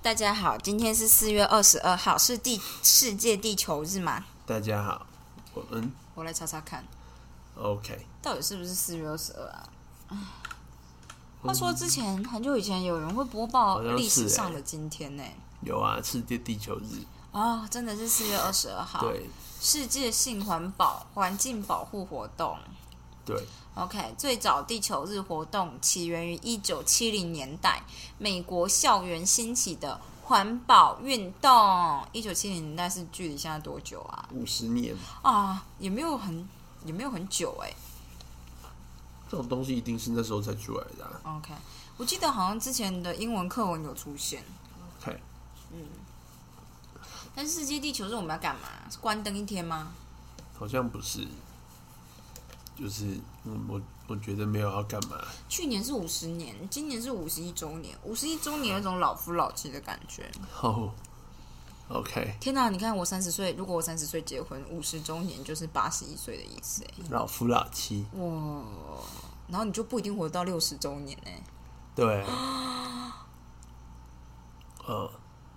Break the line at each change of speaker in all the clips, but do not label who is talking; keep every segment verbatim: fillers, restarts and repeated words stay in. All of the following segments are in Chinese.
大家好，今天是四月二十二号，是地世界地球日吗？
大家好，我嗯，
我来查查看
，OK，
到底是不是四月二十二啊？话说之前很久以前有人会播报历史上的今天呢、欸，
有啊，世界地球日
哦，真的是四月二十二号，
对，
世界性环保环境保护活动。
对
，OK， 最早地球日活动起源于一九七零年代，美国校园兴起的环保运动。一九七零年代是距离现在多久啊？
五十年
啊，也没有很也没有很久哎、欸。
这种东西一定是那时候才出来的、
啊。OK， 我记得好像之前的英文课文有出现。
OK，
嗯，但是世界地球日我们要干嘛？是关灯一天吗？
好像不是。就是嗯，我我觉得没有要干嘛。
去年是五十年，今年是五十一周年。五十一周年有一种老夫老妻的感觉。
哦、oh, ，OK。
天哪，你看我三十岁，如果我三十岁结婚，五十周年就是八十一岁的意思哎。
老夫老妻。
哇，然后你就不一定活到六十周年哎。
对。呃。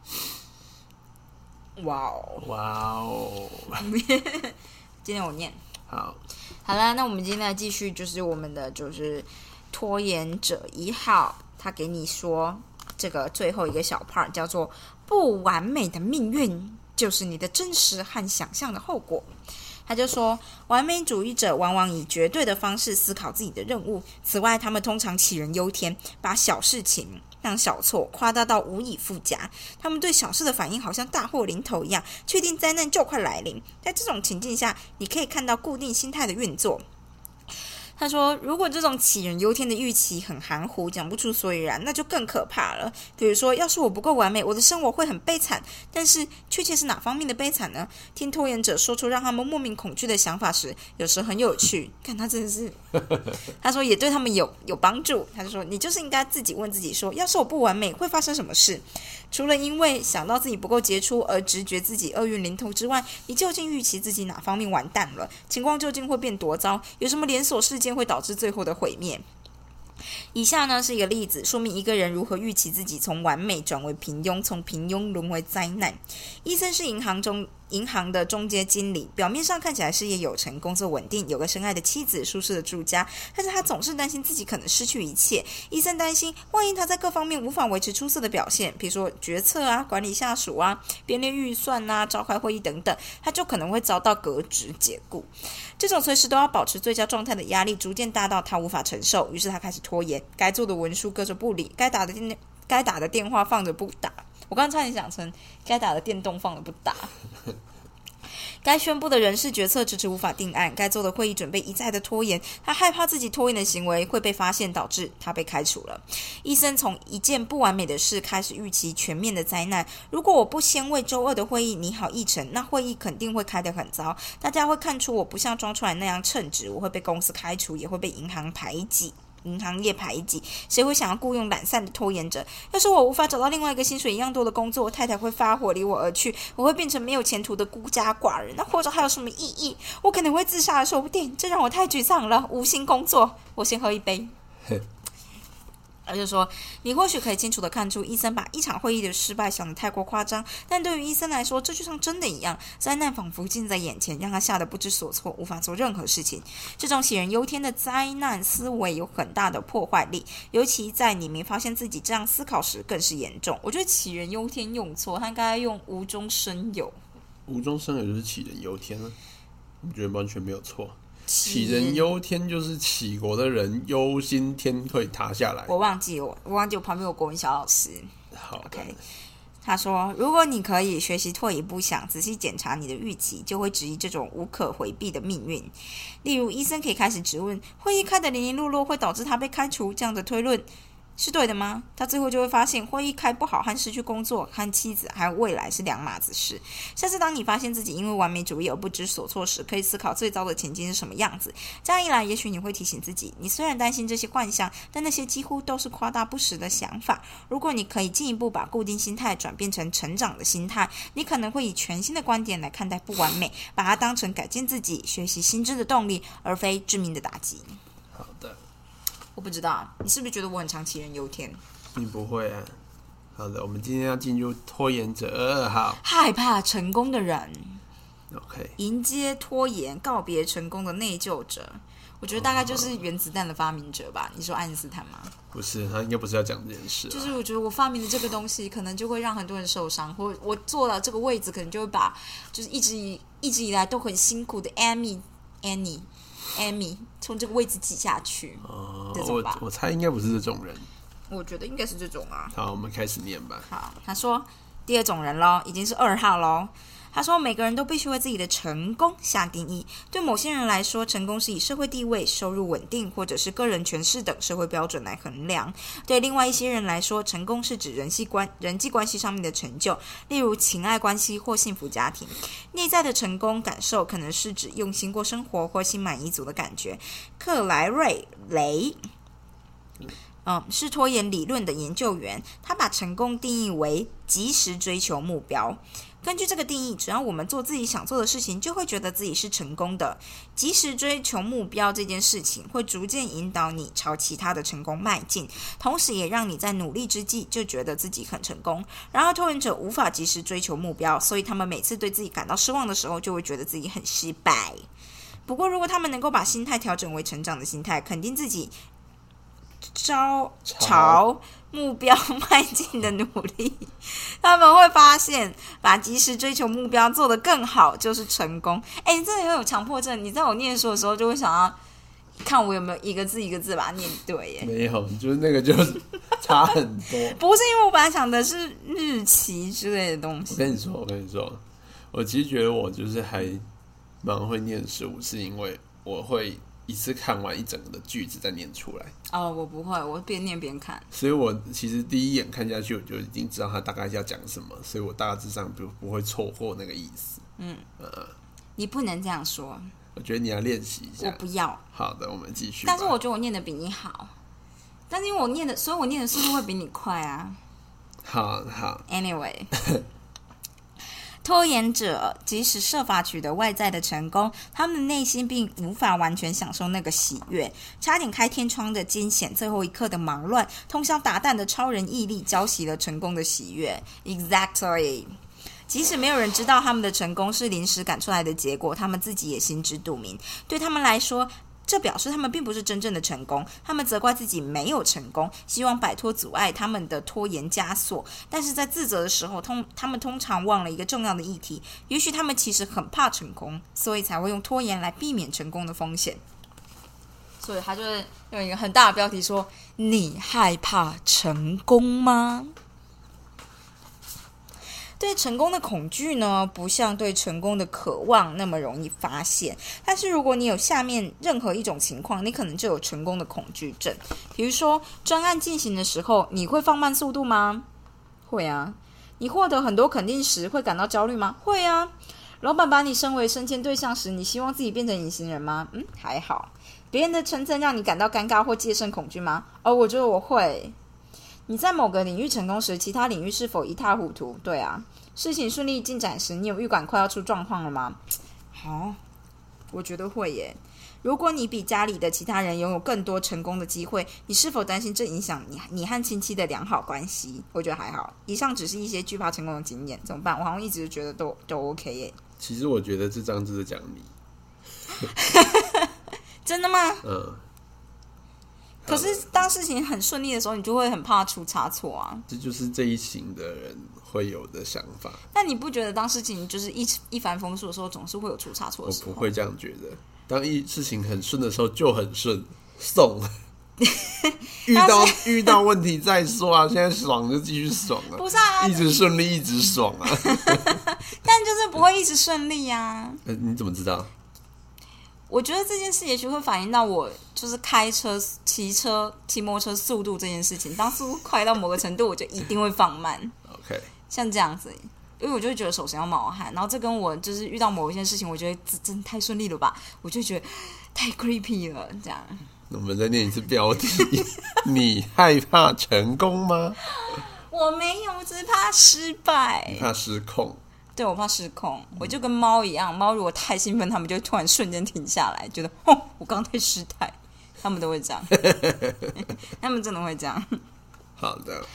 哇哦！
哇哦！
今天我念。
好，
好啦，那我们今天来继续，就是我们的就是拖延者一号，他给你说这个最后一个小 part 叫做不完美的命运就是你的真实和想象的后果。他就说，完美主义者往往以绝对的方式思考自己的任务，此外他们通常杞人忧天，把小事情让小错夸大到无以复加，他们对小事的反应好像大祸临头一样，确定灾难就快来临。在这种情境下，你可以看到固定心态的运作。他说，如果这种杞人忧天的预期很含糊，讲不出所以然，那就更可怕了。比如说，要是我不够完美，我的生活会很悲惨。但是确切是哪方面的悲惨呢？听拖延者说出让他们莫名恐惧的想法时，有时很有趣。看他真的是，他说也对他们有有帮助。他就说，你就是应该自己问自己说，要是我不完美，会发生什么事？除了因为想到自己不够杰出而直觉自己厄运临头之外，你究竟预期自己哪方面完蛋了？情况究竟会变多糟？有什么连锁事件会导致最后的毁灭？以下呢是一个例子，说明一个人如何预期自己从完美转为平庸，从平庸沦为灾难。医生是银行中银行的中阶经理，表面上看起来事业有成，工作稳定，有个深爱的妻子，舒适的住家，但是他总是担心自己可能失去一切。医生担心，万一他在各方面无法维持出色的表现，比如说决策啊、管理下属啊、编列预算啊、召开会议等等，他就可能会遭到革职解雇。这种随时都要保持最佳状态的压力逐渐大到他无法承受，于是他开始拖延，该做的文书搁着不理，该打的电该打的电话放着不打。我刚刚差点想成该打的电动放着不打。该宣布的人事决策迟迟无法定案，该做的会议准备一再的拖延，他害怕自己拖延的行为会被发现，导致他被开除了。医生从一件不完美的事开始预期全面的灾难。如果我不先为周二的会议拟好议程，那会议肯定会开得很糟，大家会看出我不像装出来那样称职，我会被公司开除，也会被银行排挤。银行业排挤，谁会想要雇佣懒散的拖延者？要是我无法找到另外一个薪水一样多的工作，太太会发火离我而去，我会变成没有前途的孤家寡人，那活着还有什么意义？我可能会自杀，说不定，这让我太沮丧了，无心工作。我先喝一杯。而就说，你或许可以清楚地看出，医生把一场会议的失败想得太过夸张，但对于医生来说，这就像真的一样，灾难仿佛近在眼前，让他吓得不知所措，无法做任何事情。这种杞人忧天的灾难思维有很大的破坏力，尤其在你没发现自己这样思考时更是严重。我觉得杞人忧天用错，他应该用无中生有。
无中生有就是杞人忧天啊，我觉得完全没有错。杞人忧天就是杞国的人忧心天会塌下来。
我忘记我我忘记我旁边有国文小老师。
好的。
Okay. 他说，如果你可以学习退一步想，仔细检查你的预期，就会质疑这种无可回避的命运。例如，医生可以开始质问，会议开得零零落落会导致他被开除，这样的推论是对的吗？他最后就会发现，会议开不好和失去工作、和妻子还有未来是两码子事。下次当你发现自己因为完美主义而不知所措时，可以思考最糟的前景是什么样子。这样一来，也许你会提醒自己，你虽然担心这些幻象，但那些几乎都是夸大不实的想法。如果你可以进一步把固定心态转变成成长的心态，你可能会以全新的观点来看待不完美，把它当成改进自己、学习新知的动力，而非致命的打击。
好的。
我不知道，你是不是觉得我很常杞人忧天？
你不会啊， 好的，我们今天要进入拖延者二二号，
害怕成功的人。
OK，
迎接拖延，告别成功的内疚者。我觉得大概就是原子弹的发明者吧？你说爱因斯坦吗？
不是，他应该不是要讲这件事、啊。
就是我觉得我发明的这个东西，可能就会让很多人受伤，或我坐到这个位置，可能就会把就是一直以一直以来都很辛苦的 Amy Annie Amy 从这个位置挤下去。
哦、
这种吧
我我猜应该不是这种人。
我觉得应该是这种啊。
好，我们开始念吧。
好，他说第二种人咯，已经是二号咯。他说每个人都必须为自己的成功下定义，对某些人来说，成功是以社会地位、收入稳定或者是个人权势等社会标准来衡量，对另外一些人来说，成功是指人际关人际关系上面的成就，例如情爱关系或幸福家庭。内在的成功感受可能是指用心过生活或心满意足的感觉。克莱瑞雷嗯，是拖延理论的研究员，他把成功定义为及时追求目标。根据这个定义，只要我们做自己想做的事情，就会觉得自己是成功的。及时追求目标这件事情，会逐渐引导你朝其他的成功迈进，同时也让你在努力之际就觉得自己很成功。然而，拖延者无法及时追求目标，所以他们每次对自己感到失望的时候，就会觉得自己很失败。不过，如果他们能够把心态调整为成长的心态，肯定自己朝朝目标迈进的努力，他们会发现把及时追求目标做得更好就是成功。哎，你真的很有强迫症，你在我念书的时候就会想要看我有没有一个字一个字把它念对耶。
没有，就是那个就是差很多。
不是因为我本来想的是日期之类的东西。
我跟你说，我跟你说，我其实觉得我就是还蛮会念书，是因为我会一次看完一整个的句子再念出来。
哦，我不会，我边念边看。
所以我其实第一眼看下去，我就已经知道他大概要讲什么，所以我大致上不不会错过那个意思。
嗯，
呃，
你不能这样说。
我觉得你要练习一下。
我不要。
好的，我们继续吧。
但是我觉得我念的比你好，但是因为我念的，所以我念的速度会比你快啊。
好好。
Anyway。拖延者即使设法取得外在的成功，他们的内心并无法完全享受那个喜悦。差点开天窗的惊险，最后一刻的忙乱，通宵达旦的超人毅力，浇熄了成功的喜悦。Exactly。即使没有人知道他们的成功是临时赶出来的结果，他们自己也心知肚明。对他们来说，这表示他们并不是真正的成功，他们责怪自己没有成功，希望摆脱阻碍他们的拖延枷锁。但是在自责的时候，通他们通常忘了一个重要的议题，也许他们其实很怕成功，所以才会用拖延来避免成功的风险。所以他就用一个很大的标题说：你害怕成功吗？对成功的恐惧呢，不像对成功的渴望那么容易发现。但是如果你有下面任何一种情况，你可能就有成功的恐惧症。比如说，专案进行的时候，你会放慢速度吗？会啊。你获得很多肯定时，会感到焦虑吗？会啊。老板把你升为升迁对象时，你希望自己变成隐形人吗？嗯，还好。别人的称赞让你感到尴尬或戒慎恐惧吗？哦，我觉得我会。你在某个领域成功时，其他领域是否一塌糊涂？对啊。事情顺利进展时，你有预感快要出状况了吗？好，我觉得会耶。如果你比家里的其他人拥有更多成功的机会，你是否担心这影响你你和亲戚的良好关系？我觉得还好。以上只是一些惧怕成功的经验，怎么办？我好像一直觉得都都 OK 耶。
其实我觉得这张就是讲你。
真的吗？
嗯。
可是当事情很顺利的时候，你就会很怕出差错啊。
这就是这一型的人会有的想法。
但你不觉得当事情就是一一帆风顺的时候，总是会有出差错的时候？
我不会这样觉得。当一事情很顺的时候就很顺，送。遇到遇到问题再说啊，现在爽就继续爽啊。
不是啊，
一直顺利一直爽啊。
但就是不会一直顺利啊。
呃，你怎么知道？
我觉得这件事也许会反映到我就是开车、骑车、骑摩托车速度这件事情。当速度快到某个程度，我就一定会放慢。
OK，
像这样子，因为我就会觉得手心要冒汗，然后这跟我就是遇到某一件事情，我觉得这真的太顺利了吧，我就觉得太 creepy 了，这样。
我们再念一次标题：你害怕成功吗？
我没有，我只是怕失败，
你怕失控。
对，我怕失控，我就跟猫一样，猫如果太兴奋，它们就突然瞬间停下来，觉得哦，我刚刚太失态，它们都会这样，它们真的会这样。
好的，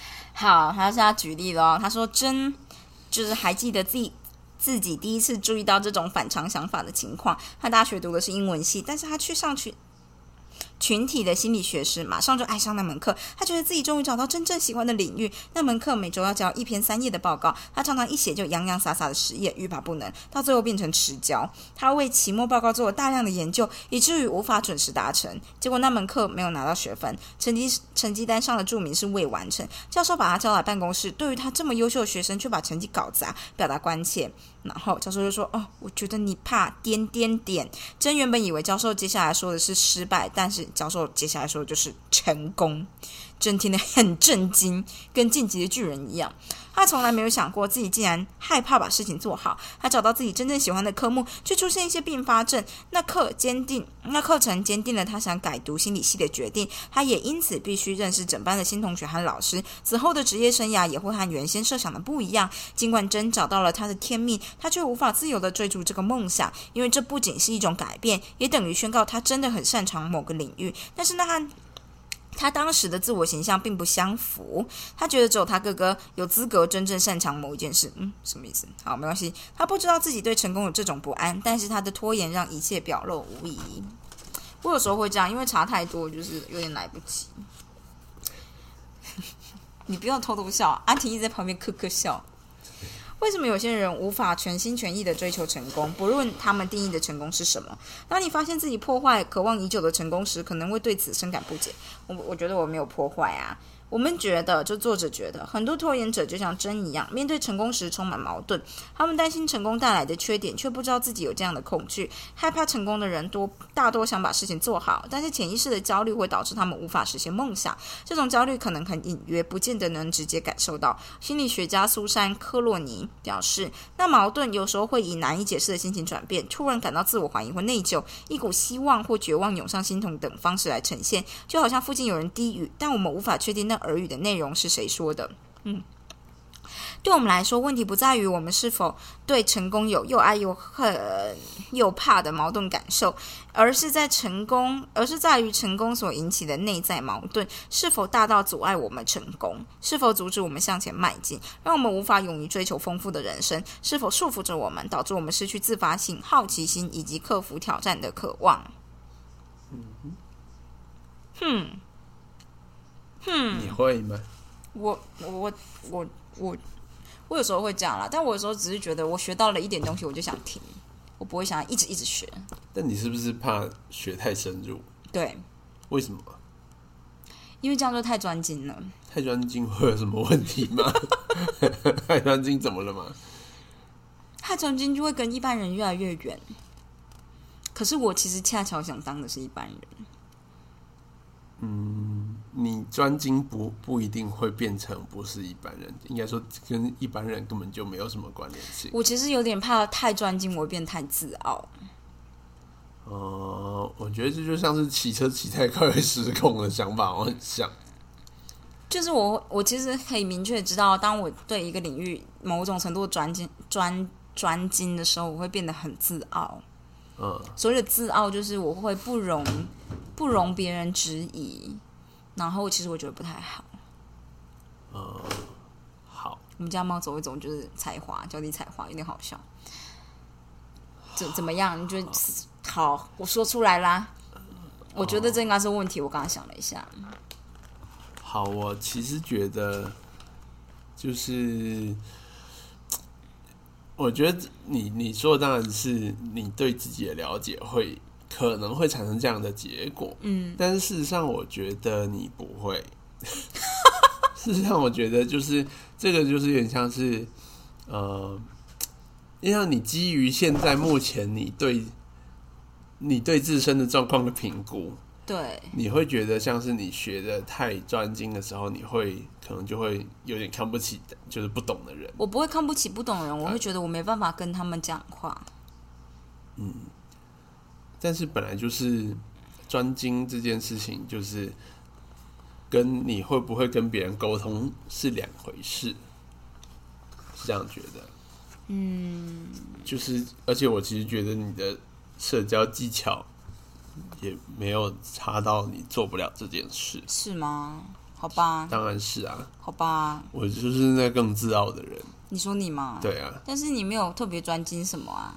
好，他是他举例了、哦，他说真就是还记得自己自己第一次注意到这种反常想法的情况。他大学读的是英文系，但是他去上去群体的心理学时，马上就爱上那门课。他觉得自己终于找到真正喜欢的领域。那门课每周要交一篇三页的报告，他常常一写就洋洋洒洒的十页，欲罢不能，到最后变成迟交。他为期末报告做了大量的研究，以至于无法准时达成。结果那门课没有拿到学分，成绩成绩单上的注明是未完成。教授把他叫来办公室，对于他这么优秀的学生却把成绩搞砸，表达关切。然后教授就说：“哦，我觉得你怕点点点。”真原本以为教授接下来说的是失败，但是教授接下来说的就是成功。真听得很震惊，跟晋级的巨人一样。他从来没有想过自己竟然害怕把事情做好。他找到自己真正喜欢的科目，却出现一些并发症。那课坚定，那课程坚定了他想改读心理系的决定。他也因此必须认识整班的新同学和老师。此后的职业生涯也会和原先设想的不一样。尽管真找到了他的天命，他却无法自由地追逐这个梦想，因为这不仅是一种改变，也等于宣告他真的很擅长某个领域。但是那和他当时的自我形象并不相符，他觉得只有他哥哥有资格真正擅长某一件事。嗯，什么意思？好，没关系。他不知道自己对成功有这种不安，但是他的拖延让一切表露无遗。我有时候会这样，因为查太多，就是有点来不及。你不要偷偷笑，阿婷一直在旁边咯咯笑。为什么有些人无法全心全意的追求成功，不论他们定义的成功是什么？当你发现自己破坏渴望已久的成功时，可能会对此深感不解。我我觉得我没有破坏啊。我们觉得，就作者觉得，很多拖延者就像真一样，面对成功时充满矛盾。他们担心成功带来的缺点，却不知道自己有这样的恐惧。害怕成功的人多大多想把事情做好，但是潜意识的焦虑会导致他们无法实现梦想。这种焦虑可能很隐约，不见得能直接感受到。心理学家苏珊·科洛尼表示，那矛盾有时候会以难以解释的心情转变，突然感到自我怀疑或内疚，一股希望或绝望涌上心头等方式来呈现，就好像附近有人低语，但我们无法确定那耳语的内容是谁说的。嗯，对我们来说，问题不在于我们是否对成功有又爱又恨又怕的矛盾感受，而是在成功，而是在于成功所引起的内在矛盾是否大到阻碍我们成功，是否阻止我们向前迈进，让我们无法勇于追求丰富的人生，是否束缚着我们，导致我们失去自发性、好奇心以及克服挑战的渴望。哼。
嗯，你会吗？
我我我我我有时候会这样啦，但我有时候只是觉得我学到了一点东西，我就想停，我不会想要一直一直学。
但你是不是怕学太深入？
对。
为什么？
因为这样就太专精了。
太专精会有什么问题吗？太专精怎么了吗？
太专精就会跟一般人越来越远。可是我其实恰巧想当的是一般人。
嗯，你专精不不一定会变成不是一般人，应该说跟一般人根本就没有什么关联性。
我其实有点怕太专精，我会变太自傲。
呃，我觉得这就像是骑车骑太快会失控的想法，我很像。
就是我，我其实可以明确知道，当我对一个领域某种程度专精、专专精的时候，我会变得很自傲。
嗯，
所谓的自傲就是我会不容不容别人质疑，然后其实我觉得不太好。
嗯，好。
我们家猫走一走就是采花，脚底采花，有点好笑。怎怎么样？你觉得好？我说出来啦。我觉得这应该是问题。我刚刚想了一下。
好，我其实觉得就是。我觉得你你说的当然是你对自己的了解会可能会产生这样的结果，嗯，但是事实上我觉得你不会。事实上我觉得就是这个就是有点像是呃，因为你基于现在目前你对你对自身的状况的评估，
对，
你会觉得像是你学的太专精的时候，你会可能就会有点看不起就是不懂的人。
我不会看不起不懂的人，我会觉得我没办法跟他们讲话。
嗯，但是本来就是专精这件事情，就是跟你会不会跟别人沟通是两回事，是这样觉得。嗯，就是而且我其实觉得你的社交技巧也没有差到你做不了这件事。
是吗？ 好吧，
当然是啊，
好吧，
我就是那更自傲的人。
你说你吗？
对啊，
但是你没有特别专精什么啊？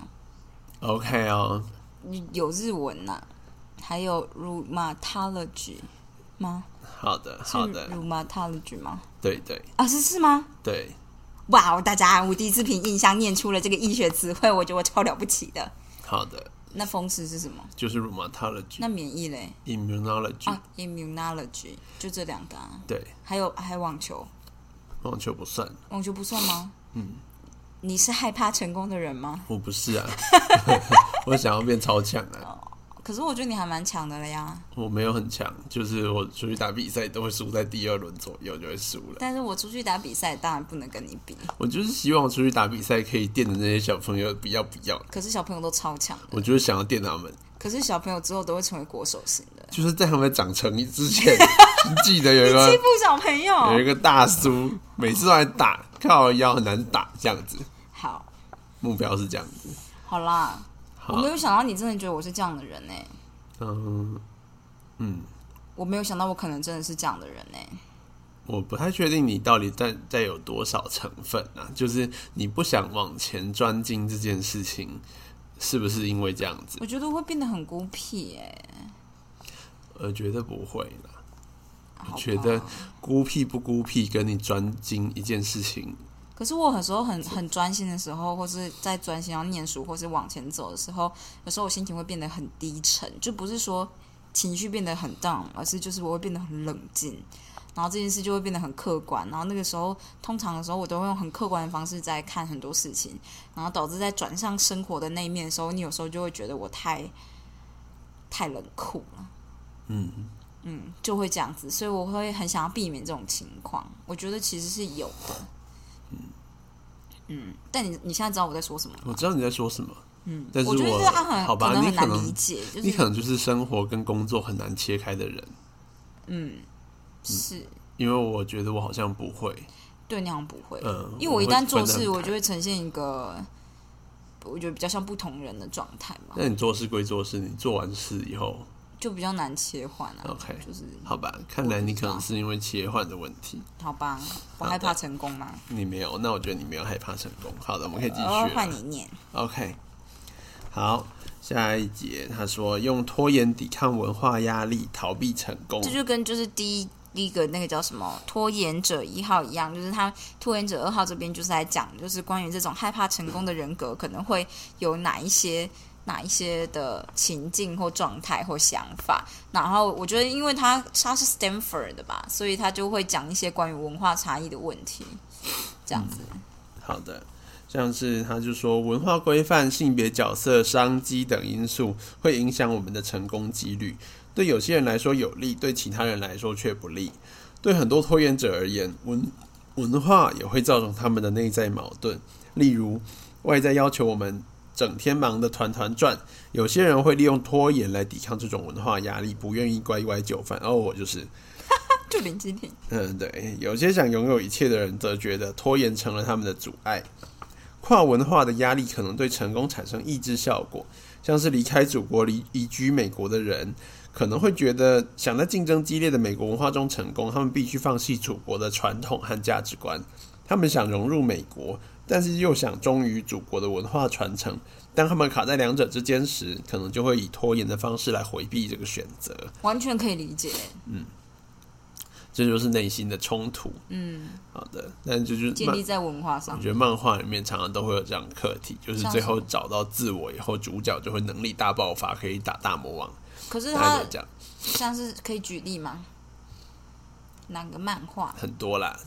OK 啊，
有日文呐、啊，还有 rheumatology 吗？
好的，好的
，rheumatology 吗？
对对
啊，是是吗？
对，
哇，大家，我第一次凭印象念出了这个医学词汇，我觉得我超了不起的。
好的。
那风湿是什么？
就是 rheumatology。
那免疫嘞
immunology
啊 ，immunology 就这两个啊。
对，
还有还有网球，
网球不算。
网球不算吗？
嗯，
你是害怕成功的人吗？
我不是啊，我想要变超强啊。
可是我觉得你还蛮强的了呀。
我没有很强，就是我出去打比赛都会输在第二轮左右就会输了。
但是我出去打比赛当然不能跟你比。
我就是希望出去打比赛可以电的那些小朋友不要不要。
可是小朋友都超强的。
我就是想要电他们。
可是小朋友之后都会成为国手型的。
就是在他们长成之前，记得有一个
你欺负小朋友，
有一个大叔每次都来打，靠腰很难打这样子。
好，
目标是这样子。
好啦。我没有想到你真的觉得我是这样的人呢、欸。嗯嗯，我没有想到我可能真的是这样的人呢、欸。
我不太确定你到底在在有多少成分啊？就是你不想往前专精这件事情，是不是因为这样子？
我觉得我会变得很孤僻耶、欸。
我觉得不会啦。我觉得孤僻不孤僻，跟你专精一件事情。
可是我有时候很很专心的时候，或是在专心要念书，或是往前走的时候，有时候我心情会变得很低沉，就不是说情绪变得很 down， 而是就是我会变得很冷静，然后这件事就会变得很客观，然后那个时候通常的时候我都会用很客观的方式在看很多事情，然后导致在转向生活的那一面的时候，你有时候就会觉得我太太冷酷了，嗯嗯，就会这样子，所以我会很想要避免这种情况，我觉得其实是有的。嗯嗯，但你你现在知道我在说什么吗？
我知道你在说什么。嗯，但是
我觉得他很
好吧，
可能很
你可
难理解，就是
你可能就是生活跟工作很难切开的人。
嗯，是、嗯、
因为我觉得我好像不会。
对，你好像不会。
嗯，
因为我一旦做事，我就会呈现一个我觉得比较像不同人的状态嘛。
那你做事归做事，你做完事以后。
就比较难切换啊。
OK，
就是
好吧，看来你可能是因为切换的问题。
好吧，我害怕成功吗？
你没有，那我觉得你没有害怕成功。好的，我们可以继续了。
换你念。
OK， 好，下一节他说用拖延抵抗文化压力，逃避成功。
这就跟就是第一第一个那个叫什么拖延者一号一样，就是他拖延者二号这边就是在讲，就是关于这种害怕成功的人格可能会有哪一些。哪一些的情境或状态或想法，然后我觉得因为他他是 Stanford 的吧，所以他就会讲一些关于文化差异的问题，这样子。
嗯、好的，像是他就说文化规范、性别角色、商机等因素会影响我们的成功几率，对有些人来说有利，对其他人来说却不利。对很多拖延者而言，文文化也会造成他们的内在矛盾，例如外在要求我们整天忙得团团转，有些人会利用拖延来抵抗这种文化压力，不愿意乖乖就范。哦，我就是
就林基婷。
嗯，对。有些想拥有一切的人，则觉得拖延成了他们的阻碍。跨文化的压力可能对成功产生抑制效果，像是离开祖国移居美国的人，可能会觉得想在竞争激烈的美国文化中成功，他们必须放弃祖国的传统和价值观。他们想融入美国，但是又想忠于祖国的文化传承。当他们卡在两者之间时，可能就会以拖延的方式来回避这个选择。
完全可以理解。
嗯，这就是内心的冲突。嗯，好的，但就是
建立在文化上。
我觉得漫画里面常常都会有这样的课题，就是最后找到自我以后，主角就会能力大爆发，可以打大魔王。
可是他像是可以举例吗？哪个漫画？
很多啦。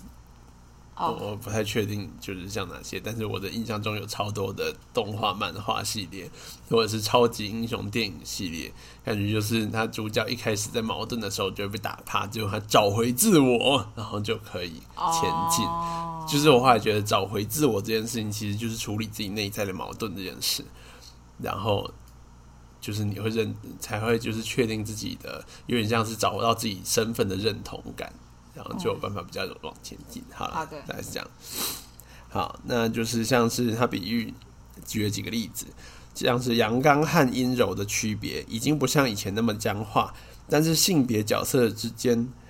Oh.
我不太确定就是像哪些，但是我的印象中有超多的动画漫画系列，或者是超级英雄电影系列，感觉就是他主角一开始在矛盾的时候就会被打趴，结果他找回自我，然后就可以前进。Oh. 就是我后来觉得找回自我这件事情，其实就是处理自己内在的矛盾这件事，然后就是你会认才会就是确定自己的，有点像是找到自己身份的认同感。然后就有办法比较往前进。好了，大概是这样。好，那就是像是他比喻举了几个例子，像是阳刚和阴柔的区别，已经不像以前那么僵化，但是性别角色之间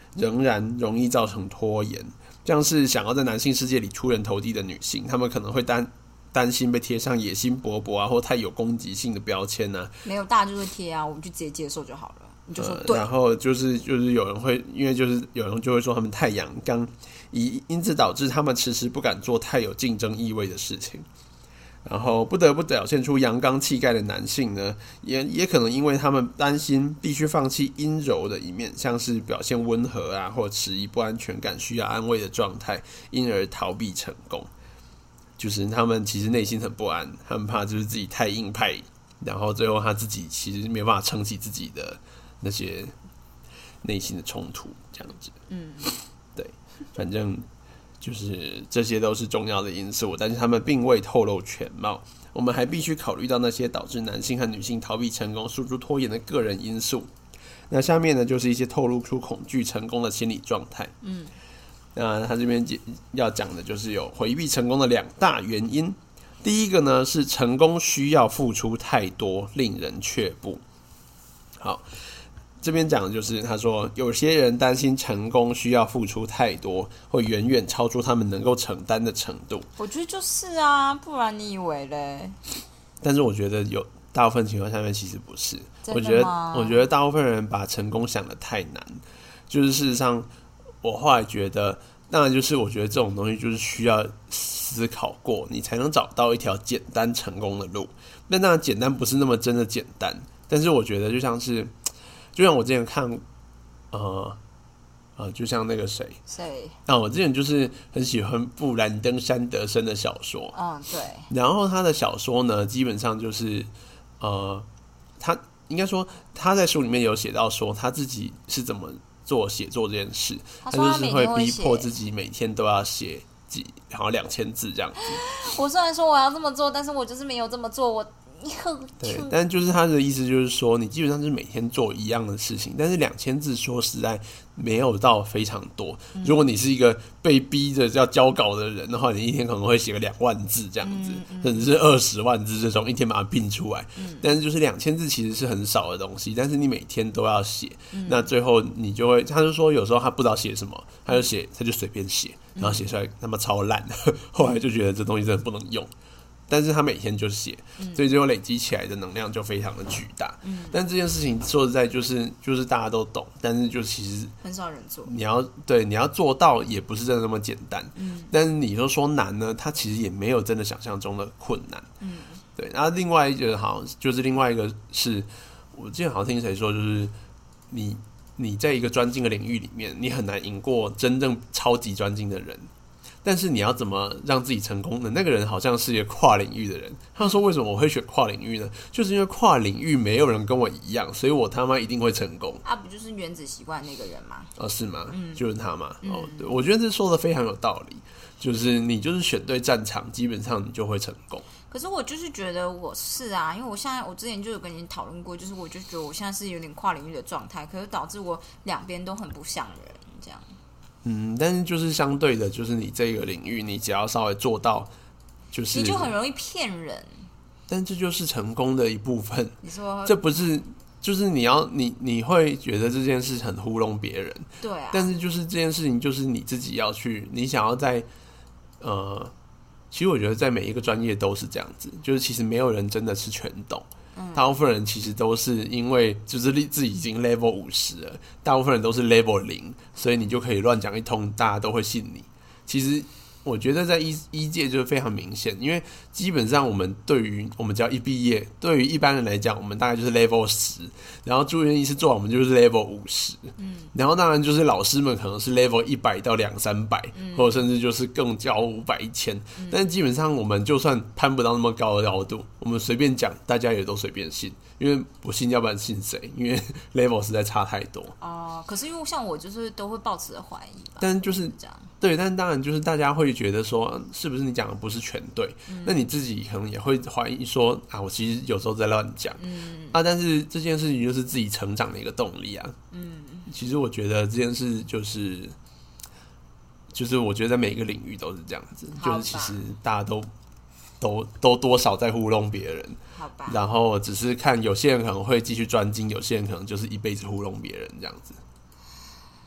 仍然容易造成拖延。像是想要在男性世界里出人头地的女性，她们可能会担担心被贴上野心勃勃啊，或太有攻击性的标签啊。
没有，大家就会贴啊，我们就直接接受就好了。你就说对、
呃，然后就是就是有人会，因为就是有人就会说他们太阳刚，以因此导致他们迟迟不敢做太有竞争意味的事情。然后不得不表现出阳刚气概的男性呢，也也可能因为他们担心必须放弃阴柔的一面，像是表现温和啊，或迟疑不安全感、需要安慰的状态，因而逃避成功。就是他们其实内心很不安，他们怕就是自己太硬派，然后最后他自己其实没有办法撑起自己的那些内心的冲突，这样子。嗯，对，反正。就是这些都是重要的因素，但是他们并未透露全貌。我们还必须考虑到那些导致男性和女性逃避成功、诉诸拖延的个人因素。那下面呢，就是一些透露出恐惧成功的心理状态。嗯，那他这边要讲的就是有回避成功的两大原因。第一个呢是成功需要付出太多，令人却步。好。这边讲的就是他说有些人担心成功需要付出太多，会远远超出他们能够承担的程度。
我觉得就是啊，不然你以为嘞？
但是我觉得有大部分情况下面其实不是。我觉得我觉得大部分人把成功想得太难，就是事实上我后来觉得，当然就是我觉得这种东西就是需要思考过，你才能找到一条简单成功的路。那当然简单不是那么真的简单，但是我觉得就像是。就像我之前看，呃呃，就像那个谁
谁
啊，我之前就是很喜欢布兰登·山德森的小说，
嗯，对。
然后他的小说呢，基本上就是呃，他应该说他在书里面有写到说他自己是怎么做写作这件事，
他
就是会逼迫自己每天都要写几好像两千字这样子。
我虽然说我要这么做，但是我就是没有这么做，我。
对，但就是他的意思就是说，你基本上是每天做一样的事情，但是两千字说实在没有到非常多。嗯、如果你是一个被逼着要交稿的人的话，你一天可能会写个两万字这样子，嗯嗯、甚至是二十万字这种，一天把它拼出来。嗯、但是就是两千字其实是很少的东西，但是你每天都要写，嗯、那最后你就会，他就说有时候他不知道写什么，他就写，他就随便写，然后写出来他妈超烂，后来就觉得这东西真的不能用。但是他每天就写，所以最后累积起来的能量就非常的巨大。嗯、但这件事情说实在就是就是大家都懂，但是就其实
很少人做。
你要对你要做到也不是真的那么简单。嗯、但是你说说难呢，它其实也没有真的想象中的困难。嗯、对。然后另外一个好像就是另外一个是，我之前好像听谁说，就是你你在一个专精的领域里面，你很难赢过真正超级专精的人。但是你要怎么让自己成功呢？那个人好像是一个跨领域的人。他说：“为什么我会选跨领域呢？就是因为跨领域没有人跟我一样，所以我他妈一定会成功。”
啊，不就是原子习惯那个人吗？
哦，是吗？
嗯、
就是他嘛。
嗯、
哦，对，我觉得这说的非常有道理。就是你就是选对战场，基本上你就会成功。
可是我就是觉得我是啊，因为我现在我之前就有跟你讨论过，就是我就觉得我现在是有点跨领域的状态，可是导致我两边都很不像人这样。
嗯，但是就是相对的，就是你这个领域，你只要稍微做到，就是
你就很容易骗人。
但这就是成功的一部分。
你说
这不是，就是你要你你会觉得这件事很糊弄别人，
对啊。
但是就是这件事情，就是你自己要去，你想要在呃，其实我觉得在每一个专业都是这样子，就是其实没有人真的是全懂。大部分人其实都是因为就是自己已经 level 五十了，大部分人都是 level 零，所以你就可以乱讲一通，大家都会信你。其实我觉得在医医界就非常明显，因为基本上我们对于我们只要一毕业，对于一般人来讲，我们大概就是 level 十，然后住院医师做完我们就是 level 五十，嗯，然后当然就是老师们可能是 level 一百到两三百，或者甚至就是更教五百一千，但是基本上我们就算攀不到那么高的高度，我们随便讲，大家也都随便信。因为不信，要不然信谁？因为 level 实在差太多。
哦、呃，可是因为像我就是都会抱持着怀疑吧。
但就是
这样，
对，但当然就是大家会觉得说，是不是你讲的不是全对？嗯、那你自己可能也会怀疑说，啊，我其实有时候在乱讲。嗯啊，但是这件事情就是自己成长的一个动力啊。嗯，其实我觉得这件事就是，就是我觉得在每一个领域都是这样子，就是其实大家都。都都多少在糊弄别人，
好吧？
然后只是看有些人可能会继续专精，有些人可能就是一辈子糊弄别人这样子。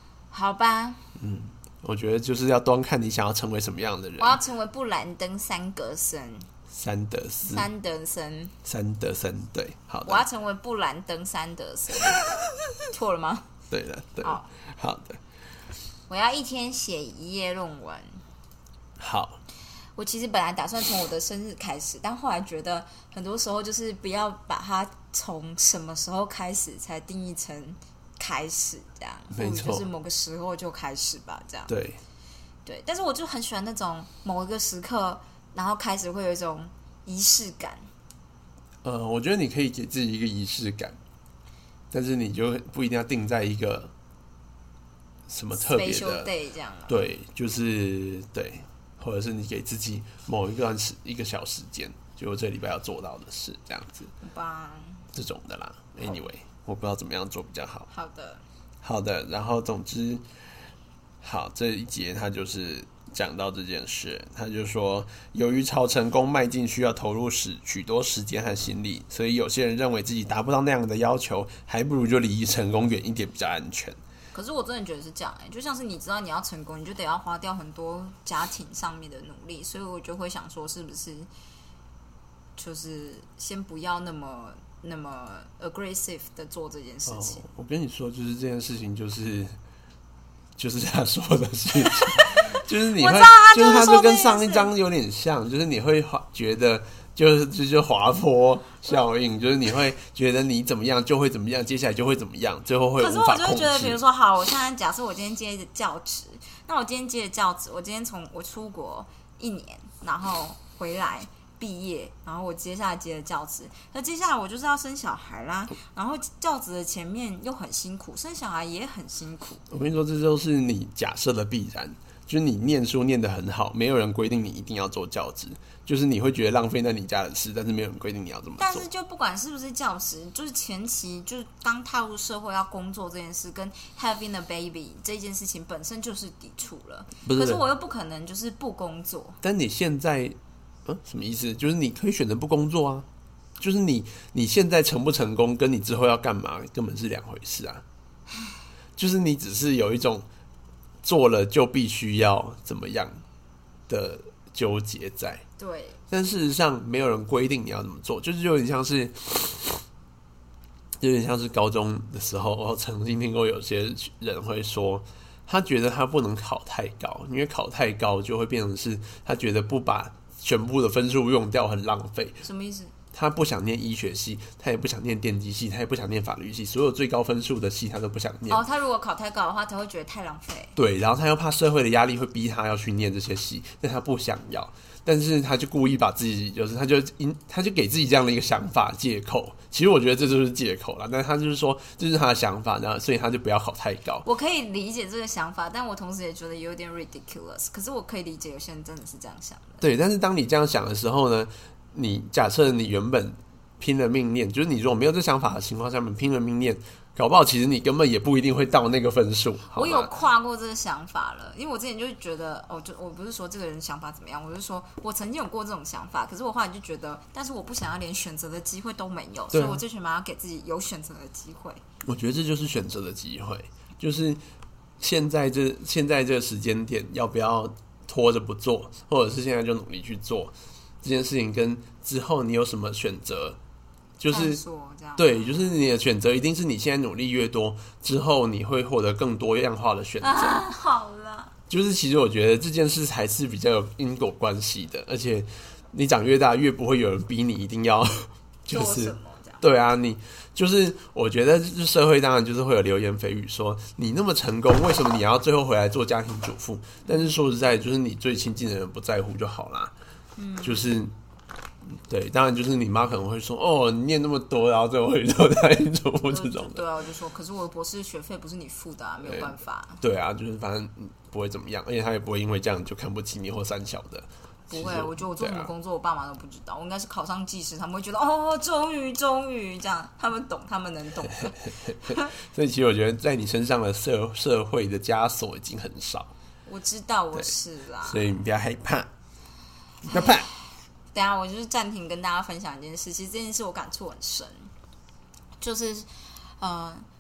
好吧。
嗯，我觉得就是要端看你想要成为什么样的人。
我要成为布兰登·三格森。
三德斯。
三德森。
三德森，对，好的。
我要成为布兰登·三德森。错了吗？
对了，对了，好, 好的。
我要一天写一页论文。
好。
我其实本来打算从我的生日开始，但后来觉得很多时候就是不要把它从什么时候开始才定义成开始这样，
没错，
就是某个时候就开始吧，这样。
对，
对。但是我就很喜欢那种某一个时刻，然后开始会有一种仪式感。
呃，我觉得你可以给自己一个仪式感，但是你就不一定要定在一个什么特别的
special day 这样。
对，就是对。或者是你给自己某一段时一个小时间，就我这礼拜要做到的事，这样子，
吧，
这种的啦。Anyway， 我不知道怎么样做比较好。
好的，
好的。然后总之，好，这一节他就是讲到这件事，他就说，由于朝成功迈进需要投入许许多时间和心力，所以有些人认为自己达不到那样的要求，还不如就离成功远一点比较安全。
可是我真的觉得是这样、欸、就像是你知道你要成功，你就得要花掉很多家庭上面的努力，所以我就会想说，是不是就是先不要那么那么 aggressive 的做这件事情、
哦、我跟你说，就是这件事情就是就是他说的事情就是你会就是他就跟上一章有点像，就是你会觉得就是就是滑坡效应，就是你会觉得你怎么样就会怎么样，接下来就会怎么样，最后会无法控制。
可是我就会觉得，比如说，好，我现在假设我今天接着教职，那我今天接着教职，我今天从我出国一年，然后回来毕业，然后我接下来接着教职，那接下来我就是要生小孩啦，然后教职的前面又很辛苦，生小孩也很辛苦。
我跟你说，这就是你假设的必然。就是你念书念得很好，没有人规定你一定要做教职，就是你会觉得浪费在你家的事，但是没有人规定你要这么做。
但是就不管是不是教职，就是前期就是刚踏入社会要工作这件事，跟 having a baby 这件事情本身就是抵触了。
不是，
可是我又不可能就是不工作。
但你现在，嗯，什么意思？就是你可以选择不工作啊。就是你你现在成不成功，跟你之后要干嘛根本是两回事啊。就是你只是有一种做了就必须要怎么样的纠结在，
对，
但事实上没有人规定你要怎么做，就是有点像是，有点像是高中的时候，我曾经听过有些人会说，他觉得他不能考太高，因为考太高就会变成是他觉得不把全部的分数用掉很浪费。
什么意思？
他不想念医学系，他也不想念电机系，他也不想念法律系，所有最高分数的系他都不想念。
哦，他如果考太高的话，他会觉得太浪费。
对，然后他又怕社会的压力会逼他要去念这些系，但他不想要，但是他就故意把自己，就是他就他就给自己这样的一个想法借口。其实我觉得这就是借口啦，但是他就是说这是他的想法，然后所以他就不要考太高。
我可以理解这个想法，但我同时也觉得有点 ridiculous。可是我可以理解有些人真的是这样想的。
对，但是当你这样想的时候呢，你假设你原本拼了命念，就是你如果没有这想法的情况下面拼了命念，搞不好其实你根本也不一定会到那个分数。
我有跨过这个想法了，因为我之前就觉得，哦，就我不是说这个人想法怎么样，我是说我曾经有过这种想法，可是我后来就觉得，但是我不想要连选择的机会都没有，所以我最起码要给自己有选择的机会。
我觉得这就是选择的机会，就是现在这现在这个时间点，要不要拖着不做，或者是现在就努力去做这件事情，跟之后你有什么选择。就是对，就是你的选择一定是你现在努力越多，之后你会获得更多样化的选择。
啊，好了，
就是其实我觉得这件事还是比较有因果关系的，而且你长越大，越不会有人逼你一定要就是对啊，你就是我觉得社会当然就是会有流言蜚语说你那么成功，为什么你要最后回来做家庭主妇？但是说实在，就是你最亲近的人不在乎就好啦。嗯，就是。对，当然就是你妈可能会说，哦，你念那么多，然后最后会做家庭主妇这种的。
对啊，我就说，可是我的博士学费不是你付的啊，没有办法。
对啊，就是反正不会怎么样，而且他也不会因为这样就看不起你或三小的。
不会，我觉得我做什么工作，我爸妈都不知道。我应该是考上技师，他们会觉得哦，终于终于这样，他们懂，他们能懂。
所以其实我觉得在你身上的社社会的枷锁已经很少。
我知道我是啦，
所以你不要害怕，不要怕。
等一下，我就是暂停跟大家分享一件事。其实这件事我感触很深，就是呃，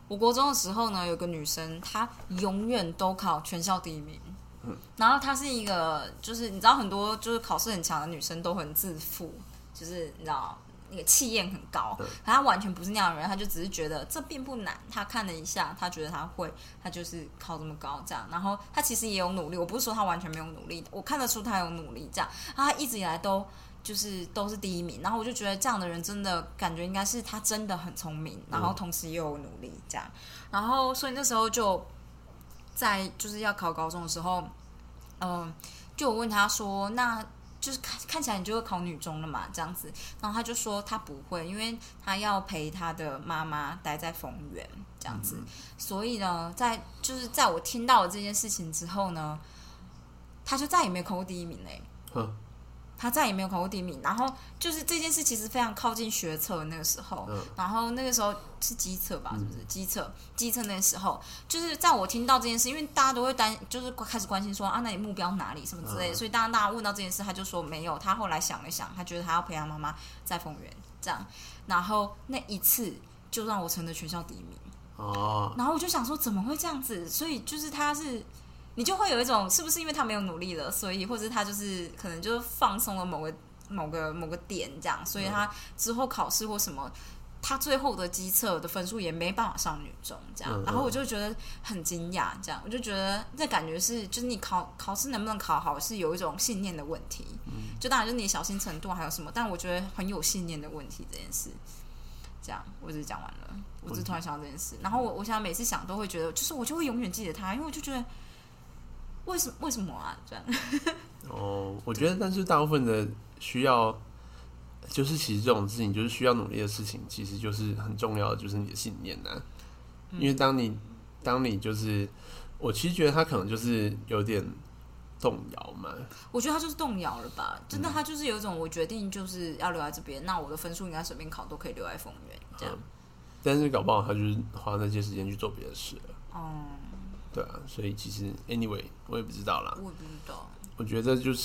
我国中的时候呢，有个女生，她永远都考全校第一名。嗯，然后她是一个，就是你知道很多就是考试很强的女生都很自负，就是你知道那个气焰很高，可她完全不是那样的人，她就只是觉得这并不难，她看了一下，她觉得她会，她就是考这么高这样。然后她其实也有努力，我不是说她完全没有努力，我看得出她有努力这样。她一直以来都。就是都是第一名，然后我就觉得这样的人真的感觉应该是他真的很聪明，然后同时又有努力这样，然后所以那时候就在就是要考高中的时候，嗯、呃，就我问他说，那就是看看起来你就会考女中了嘛这样子，然后他就说他不会，因为他要陪他的妈妈待在丰原这样子，所以呢，在就是在我听到了这件事情之后呢，他就再也没有考过第一名嘞。嗯他再也没有考过第一名，然后就是这件事其实非常靠近学测的那个时候，嗯、然后那个时候是基测吧，是不是？基测基测那个时候，就是在我听到这件事，因为大家都会担，就是开始关心说啊，那你目标哪里什么之类的，嗯、所以当大家问到这件事，他就说没有，他后来想了想，他觉得他要陪他妈妈在丰原这样，然后那一次就让我成了全校第一名哦，然后我就想说怎么会这样子？所以就是他是。你就会有一种是不是因为他没有努力了，所以或者他就是可能就是放松了某个某个某个点这样，所以他之后考试或什么，他最后的基测的分数也没办法上女中这样，然后我就觉得很惊讶，这样我就觉得这感觉是就是你考考试能不能考好是有一种信念的问题，就当然就是你小心程度还有什么，但我觉得很有信念的问题这件事。这样，我只是讲完了，我只是突然想到这件事，然后我我想每次想都会觉得，就是我就会永远记得他，因为我就觉得。为什么？为什么啊？这样
哦，我觉得，但是大部分的需要，就是其实这种事情，就是需要努力的事情，其实就是很重要的，就是你的信念呐、啊。嗯、因为当你，当你就是，我其实觉得他可能就是有点动摇嘛。
我觉得他就是动摇了吧？真的，他就是有一种我决定就是要留在这边，那我的分数应该随便考都可以留在丰原这样、嗯。
但是搞不好他就是花那些时间去做别的事了。哦。对啊，所以其实 anyway 我也不知道啦。
我也不知道。
我觉得就是，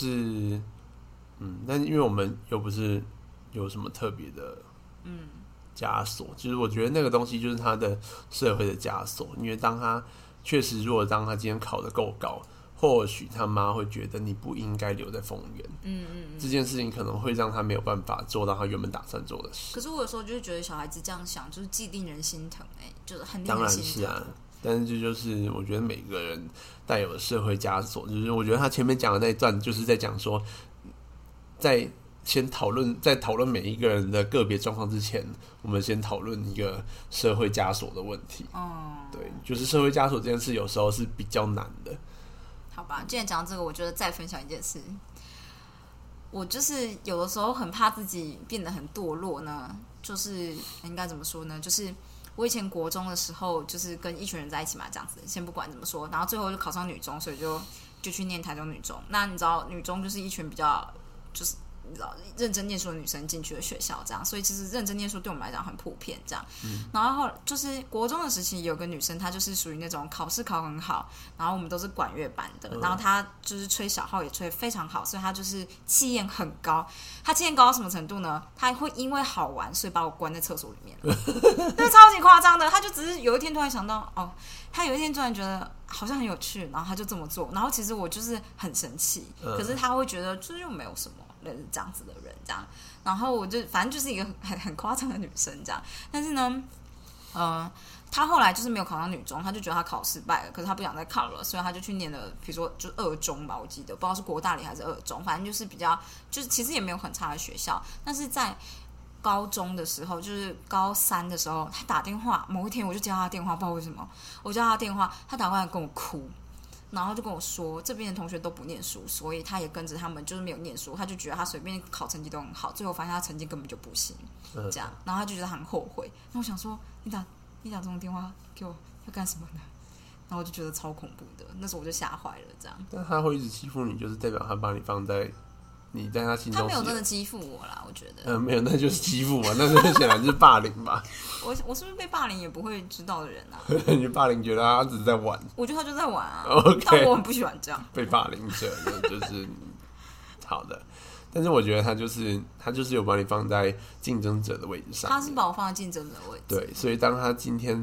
嗯，但因为我们又不是有什么特别的，嗯，枷锁，就是我觉得那个东西就是他的社会的枷锁。因为当他确实，如果当他今天考得够高，或许他妈会觉得你不应该留在丰原。嗯嗯嗯。这件事情可能会让他没有办法做到他原本打算做的事。
可是我有时候就是觉得小孩子这样想，就是既令人心疼哎、欸，就是很令人心疼。
当然是啊。但是这就是我觉得每个人带有的社会枷锁，就是我觉得他前面讲的那一段就是在讲说，在先讨论在讨论每一个人的个别状况之前，我们先讨论一个社会枷锁的问题。哦，对，就是社会枷锁这件事有时候是比较难的。
好吧，既然讲到这个，我觉得再分享一件事。我就是有的时候很怕自己变得很堕落呢，就是应该怎么说呢？就是我以前国中的时候，就是跟一群人在一起嘛，这样子，先不管怎么说，然后最后就考上女中，所以就就去念台中女中。那你知道，女中就是一群比较就是你知道认真念书的女生进去的学校，这样，所以其实认真念书对我们来讲很普遍，这样。嗯、然后就是国中的时期，有个女生，她就是属于那种考试考很好，然后我们都是管乐班的，嗯、然后她就是吹小号也吹得非常好，所以她就是气焰很高。她气焰高到什么程度呢？她会因为好玩，所以把我关在厕所里面，那超级夸张的。她就只是有一天突然想到，哦，她有一天突然觉得好像很有趣，然后她就这么做。然后其实我就是很生气，嗯、可是她会觉得就是又没有什么。这样子的人，这样，然后我就反正就是一个很很夸张的女生，这样。但是呢，呃，她后来就是没有考上女中，她就觉得她考失败了，可是她不想再考了，所以她就去念了，比如说就二中吧，我记得不知道是国大里还是二中，反正就是比较，就是其实也没有很差的学校。但是在高中的时候，就是高三的时候，她打电话，某一天我就接到她电话，不知道为什么，我接到她电话，她打过来跟我哭。然后就跟我说，这边的同学都不念书，所以他也跟着他们，就是没有念书。他就觉得他随便考成绩都很好，最后发现他成绩根本就不行，这样。然后他就觉得很后悔。那我想说，你打你打这种电话给我要干什么呢？然后我就觉得超恐怖的，那时候我就吓坏了，这样。
但他会一直欺负你，就是代表他把你放在你在他心中。
他没有真的欺负我啦，我觉得。
嗯，没有，那就是欺负嘛，那是显然就是霸凌吧。
我我是不是被霸凌也不会知道的人啊？
你霸凌觉得他只是在玩？
我觉得他就在玩啊。
Okay,
但我很不喜欢这样。
被霸凌者就是好的，但是我觉得他就是他就是有把你放在竞争者的位置上。
他是把我放在竞争者的位置。
对，所以当他今天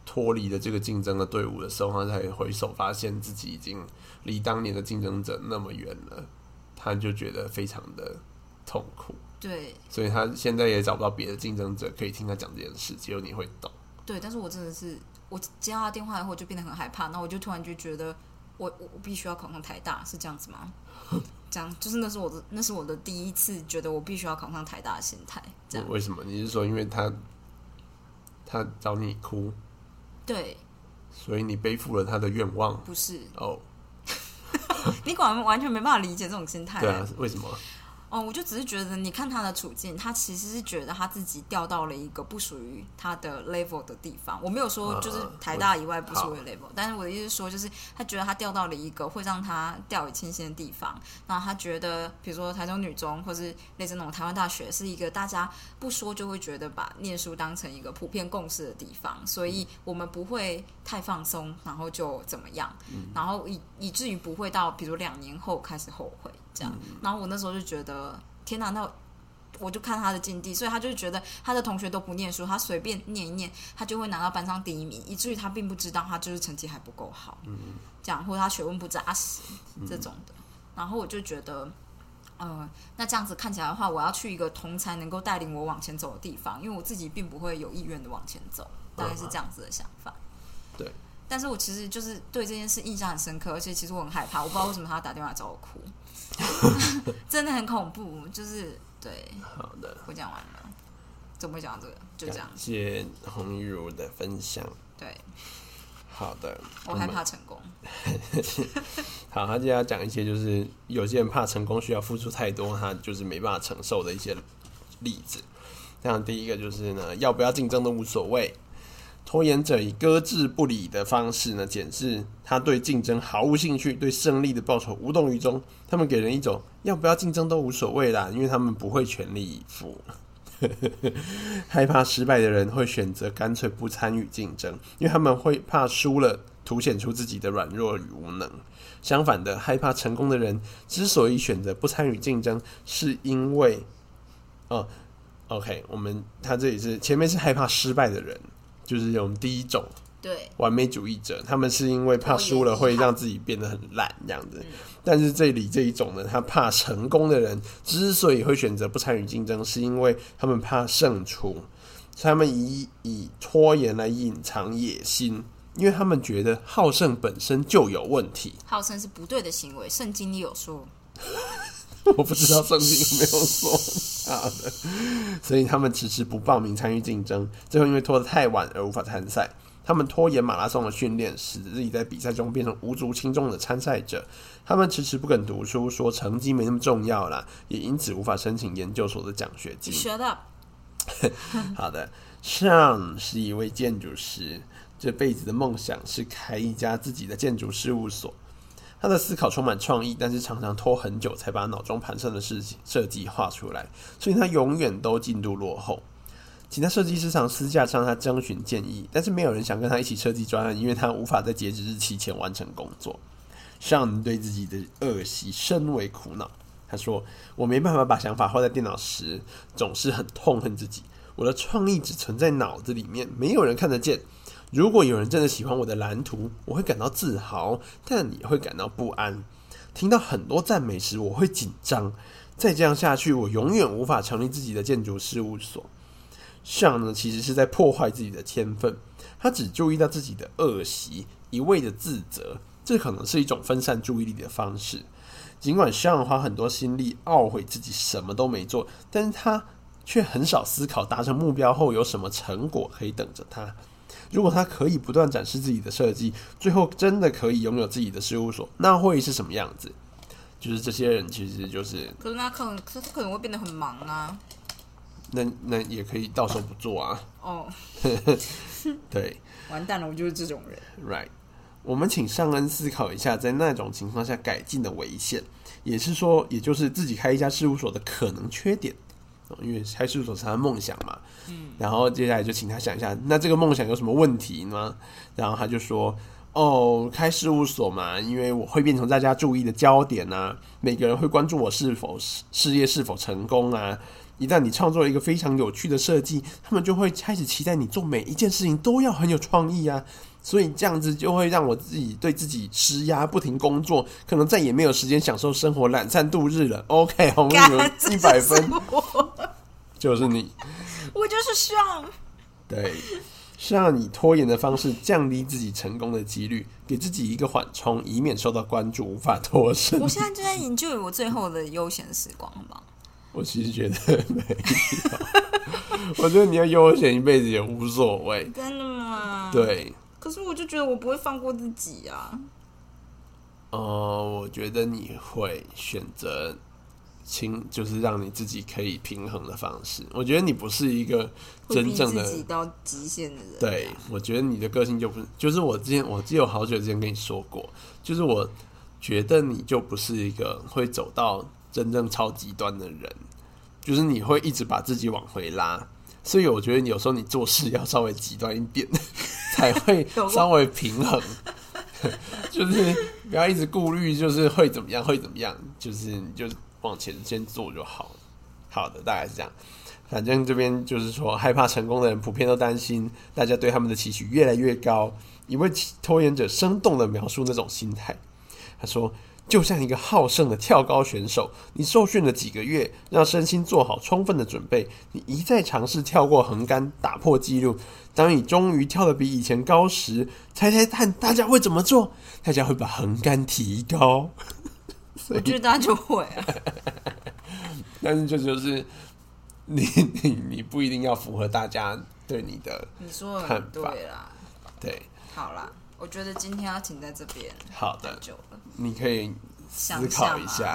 脱离了这个竞争的队伍的时候，他才回首发现自己已经离当年的竞争者那么远了，他就觉得非常的痛苦。
对，
所以他现在也找不到别的竞争者可以听他讲这件事，只有你会懂。
对，但是我真的是，我接到他电话以后就变得很害怕，那我就突然就觉得我，我我必须要考上台大，是这样子吗？这样就是那是我的，那是我的第一次觉得我必须要考上台大的心态。这样
为什么？你是说因为他他找你哭？
对，
所以你背负了他的愿望？
不是
哦，
你果然完全没办法理解这种心态。
对啊，为什么？
哦，我就只是觉得，你看他的处境，他其实是觉得他自己掉到了一个不属于他的 level 的地方。我没有说就是台大以外不属于 level，、呃、但是我的意思是说，就是他觉得他掉到了一个会让他掉以轻心的地方。然后他觉得，比如说台中女中，或是类似那种台湾大学，是一个大家不说就会觉得把念书当成一个普遍共识的地方，所以我们不会太放松，然后就怎么样，嗯、然后以以至于不会到比如两年后开始后悔。这样，然后我那时候就觉得，天哪！那我就看他的境地，所以他就觉得他的同学都不念书，他随便念一念，他就会拿到班上第一名，以至于他并不知道他就是成绩还不够好，嗯、这样或者他学问不扎实这种的。然后我就觉得，呃，那这样子看起来的话，我要去一个同才能够带领我往前走的地方，因为我自己并不会有意愿的往前走，大概是这样子的想法。
对。
但是我其实就是对这件事印象很深刻，而且其实我很害怕，我不知道为什么他打电话找我哭。真的很恐怖，就是对。
好的，
我讲完了，怎么会讲到这个？就这样。
感谢洪玉如的分享。
对，
好的。
我害怕成功。
好，他接下来讲一些就是有些人怕成功需要付出太多，他就是没办法承受的一些例子。像第一个就是呢，要不要竞争都无所谓。拖延者以搁置不理的方式呢，显示他对竞争毫无兴趣，对胜利的报酬无动于衷。他们给人一种要不要竞争都无所谓啦，因为他们不会全力以赴。害怕失败的人会选择干脆不参与竞争，因为他们会怕输了，凸显出自己的软弱与无能。相反的，害怕成功的人之所以选择不参与竞争，是因为，哦 ，OK， 我们他这里是前面是害怕失败的人。就是我们第一种
对
完美主义者，他们是因为怕输了会让自己变得很烂这样子。但是这里这一种呢，他怕成功的人之所以会选择不参与竞争，是因为他们怕胜出，他们以以拖延来隐藏野心，因为他们觉得好胜本身就有问题。
好胜是不对的行为，圣经里有说。
我不知道圣经有没有说好的，所以他们迟迟不报名参与竞争，最后因为拖得太晚而无法参赛。他们拖延马拉松的训练，使自己在比赛中变成无足轻重的参赛者。他们迟迟不肯读书，说成绩没那么重要啦，也因此无法申请研究所的奖学金。
Shut up
好的，上是一位建筑师，这辈子的梦想是开一家自己的建筑事务所。他的思考充满创意，但是常常拖很久才把脑中盘算的事情设计画出来，所以他永远都进度落后。其他设计师常私下向他征询建议，但是没有人想跟他一起设计专案，因为他无法在截止日期前完成工作。上对自己的恶习深为苦恼，他说：“我没办法把想法画在电脑时，总是很痛恨自己。我的创意只存在脑子里面，没有人看得见。如果有人真的喜欢我的蓝图，我会感到自豪，但也会感到不安。听到很多赞美时，我会紧张。再这样下去，我永远无法成立自己的建筑事务所。”上呢，其实是在破坏自己的天分。他只注意到自己的恶习，一味的自责，这可能是一种分散注意力的方式。尽管上花很多心力懊悔自己什么都没做，但是他却很少思考达成目标后有什么成果可以等着他。如果他可以不断展示自己的设计，最后真的可以拥有自己的事务所，那会是什么样子？就是这些人其实就是，
可是他可能他可能会变得很忙啊。
那那也可以到手不做啊。
哦，
对，
完蛋了，我就是这种人。
Right， 我们请尚恩思考一下，在那种情况下改进的危险，也是说，也就是自己开一家事务所的可能缺点。因为开事务所是他的梦想嘛，嗯，然后接下来就请他想一下，那这个梦想有什么问题呢？然后他就说，哦，开事务所嘛，因为我会变成大家注意的焦点啊，每个人会关注我是否事业是否成功啊， 一旦你创作了一个非常有趣的设计，他们就会开始期待你做每一件事情都要很有创意啊。所以这样子就会让我自己对自己施压，不停工作，可能再也没有时间享受生活，懒散度日了。OK， 红人一百分，就是你，
我就是上。
对，是让你拖延的方式降低自己成功的几率，给自己一个缓冲，以免受到关注，无法脱身。
我现在就在研究我最后的悠闲时光，好不好？
我其实觉得没有，我觉得你要悠闲一辈子也无所谓。
真的吗？
对。
可是我就觉得我不会放过自己啊。
呃，我觉得你会选择轻，就是让你自己可以平衡的方式。我觉得你不是一个真正的
会逼自己到极限的人。
对，我觉得你的个性就不是，就是我之前我记得我好久之前跟你说过，就是我觉得你就不是一个会走到真正超极端的人，就是你会一直把自己往回拉。所以我觉得有时候你做事要稍微极端一点，才会稍微平衡。就是不要一直顾虑，就是会怎么样，会怎么样，就是你就往前先做就好。好的，大概是这样。反正这边就是说，害怕成功的人普遍都担心，大家对他们的期许越来越高。一位拖延者生动的描述那种心态，他说，就像一个好胜的跳高选手，你受训了几个月，让身心做好充分的准备，你一再尝试跳过横杆，打破纪录。当你终于跳得比以前高时，猜猜看大家会怎么做？大家会把横杆提高。
我觉得大家就会啊。
但是这就是你你你不一定要符合大家对你的看法。
你说的很对啦。
对，
好啦，我觉得今天要停在这边。
好的，
太久了，
你可以思考一下。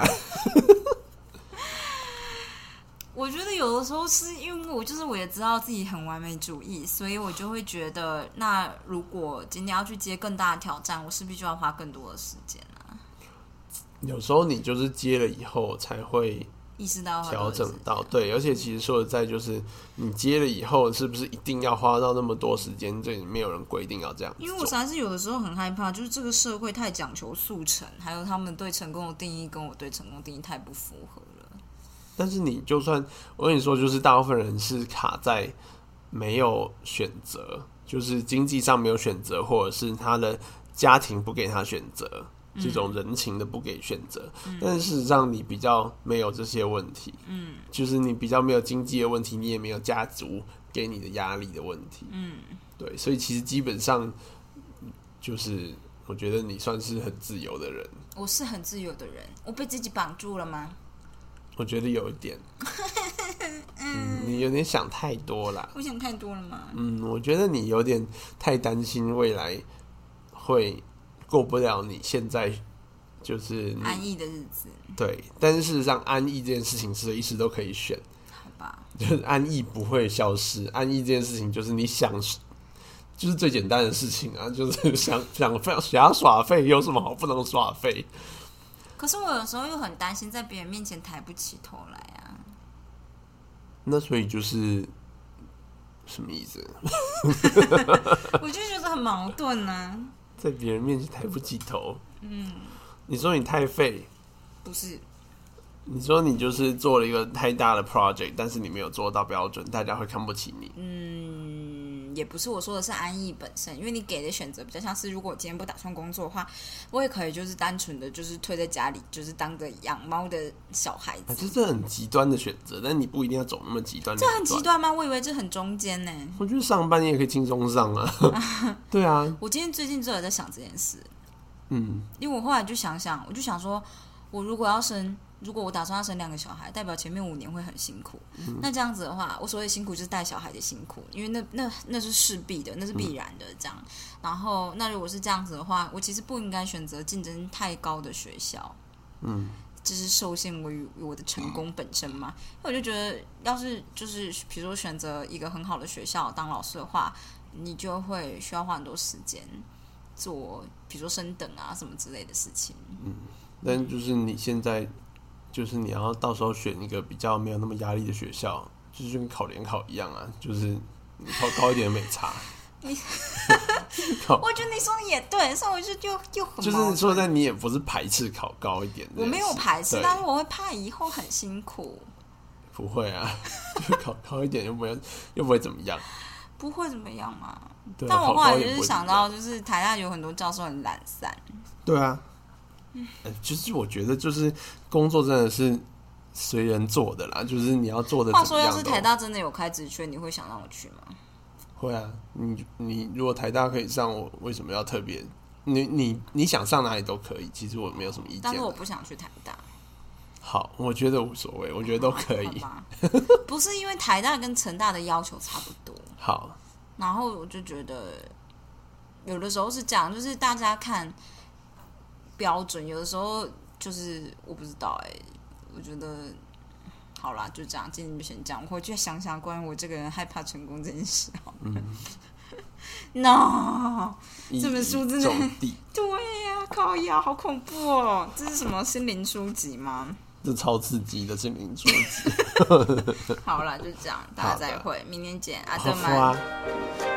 我觉得有的时候是因为我就是我也知道自己很完美主义，所以我就会觉得，那如果今天要去接更大的挑战，我势必就要花更多的时间啊。
有时候你就是接了以后才会
意识到
调整到，对，而且其实说实在，就是你接了以后，是不是一定要花到那么多时间？这没有人规定要这样子做。
因为我实在是有的时候很害怕，就是这个社会太讲求速成，还有他们对成功的定义跟我对成功的定义太不符合了。
但是你就算我跟你说，就是大部分人是卡在没有选择，就是经济上没有选择，或者是他的家庭不给他选择。这种人情的不给选择、嗯，但是事实上你比较没有这些问题，嗯，就是你比较没有经济的问题，你也没有家族给你的压力的问题，嗯，对，所以其实基本上就是我觉得你算是很自由的人。
我是很自由的人，我被自己绑住了吗？
我觉得有一点，嗯，你有点想太多啦。
我想太多了吗？
嗯，我觉得你有点太担心未来会过不了你现在就是
安逸的日子。
对，但是事实上安逸这件事情随时都可以选，
好吧？
就是安逸不会消失，安逸这件事情就是你想，就是最简单的事情啊，就是想想想要耍废，有什么好不能耍废？
可是我有时候又很担心在别人面前抬不起头来啊。
那所以就是什么意思？
我就觉得很矛盾啊。
在别人面前抬不起头，嗯，你说你太废，
不是？
你说你就是做了一个太大的 project， 但是你没有做到标准，大家会看不起你。
嗯，也不是，我说的是安逸本身，因为你给的选择比较像是，如果我今天不打算工作的话，我也可以就是单纯的就是推在家里，就是当个养猫的小孩子。
啊、这是很极端的选择，但你不一定要走那么极端。
这很极端吗？我以为这很中间呢。
我觉得上班你也可以轻松上啊。对啊，
我今天最近就有在想这件事。
嗯，
因为我后来就想想，我就想说，我如果要生。如果我打算要生两个小孩，代表前面五年会很辛苦、嗯。那这样子的话，我所谓辛苦就是带小孩的辛苦，因为那那那是势必的，那是必然的。这样，然后那如果是这样子的话，我其实不应该选择竞争太高的学校，嗯，就是受限于我的成功本身嘛。因为我就觉得，要是就是比如说选择一个很好的学校当老师的话，你就会需要花很多时间做，比如说升等啊什么之类的事情。
嗯，但就是你现在。就是你要到时候选一个比较没有那么压力的学校，就是跟考联考一样啊，就是你考高一点没差。
你我觉得你说的也对，所以我就就又很
就是说，但你也不是排斥考高一点的。
我没有排斥，但是我会怕以后很辛苦。
不会啊，就考高一点又不会又不会怎么样，
不会怎么样嘛。
对啊，
但我后来就
考高也不会
是想到，就是台大有很多教授很懒散。
对啊，嗯，就是我觉得就是工作真的是随人做的啦，就是你要做的。
话说，要是台大真的有开职缺，你会想让我去吗？
会啊，你你如果台大可以上，我为什么要特别？你你你想上哪里都可以，其实我没有什么意见。
但是我不想去台大。
好，我觉得无所谓，我觉得都可以。
不是因为台大跟成大的要求差不多。
好，
然后我就觉得有的时候是这样，就是大家看标准，有的时候就是我不知道哎、欸，我觉得好啦，就这样，今天就先这样，我回去想想关于我这个人害怕成功这件事好。嗯。no， 这本书真的对呀、啊，靠腰，好恐怖哦！这是什么心灵书籍吗？
这超刺激的心灵书籍。
好了，就这样，大家再会，明天见，阿德曼。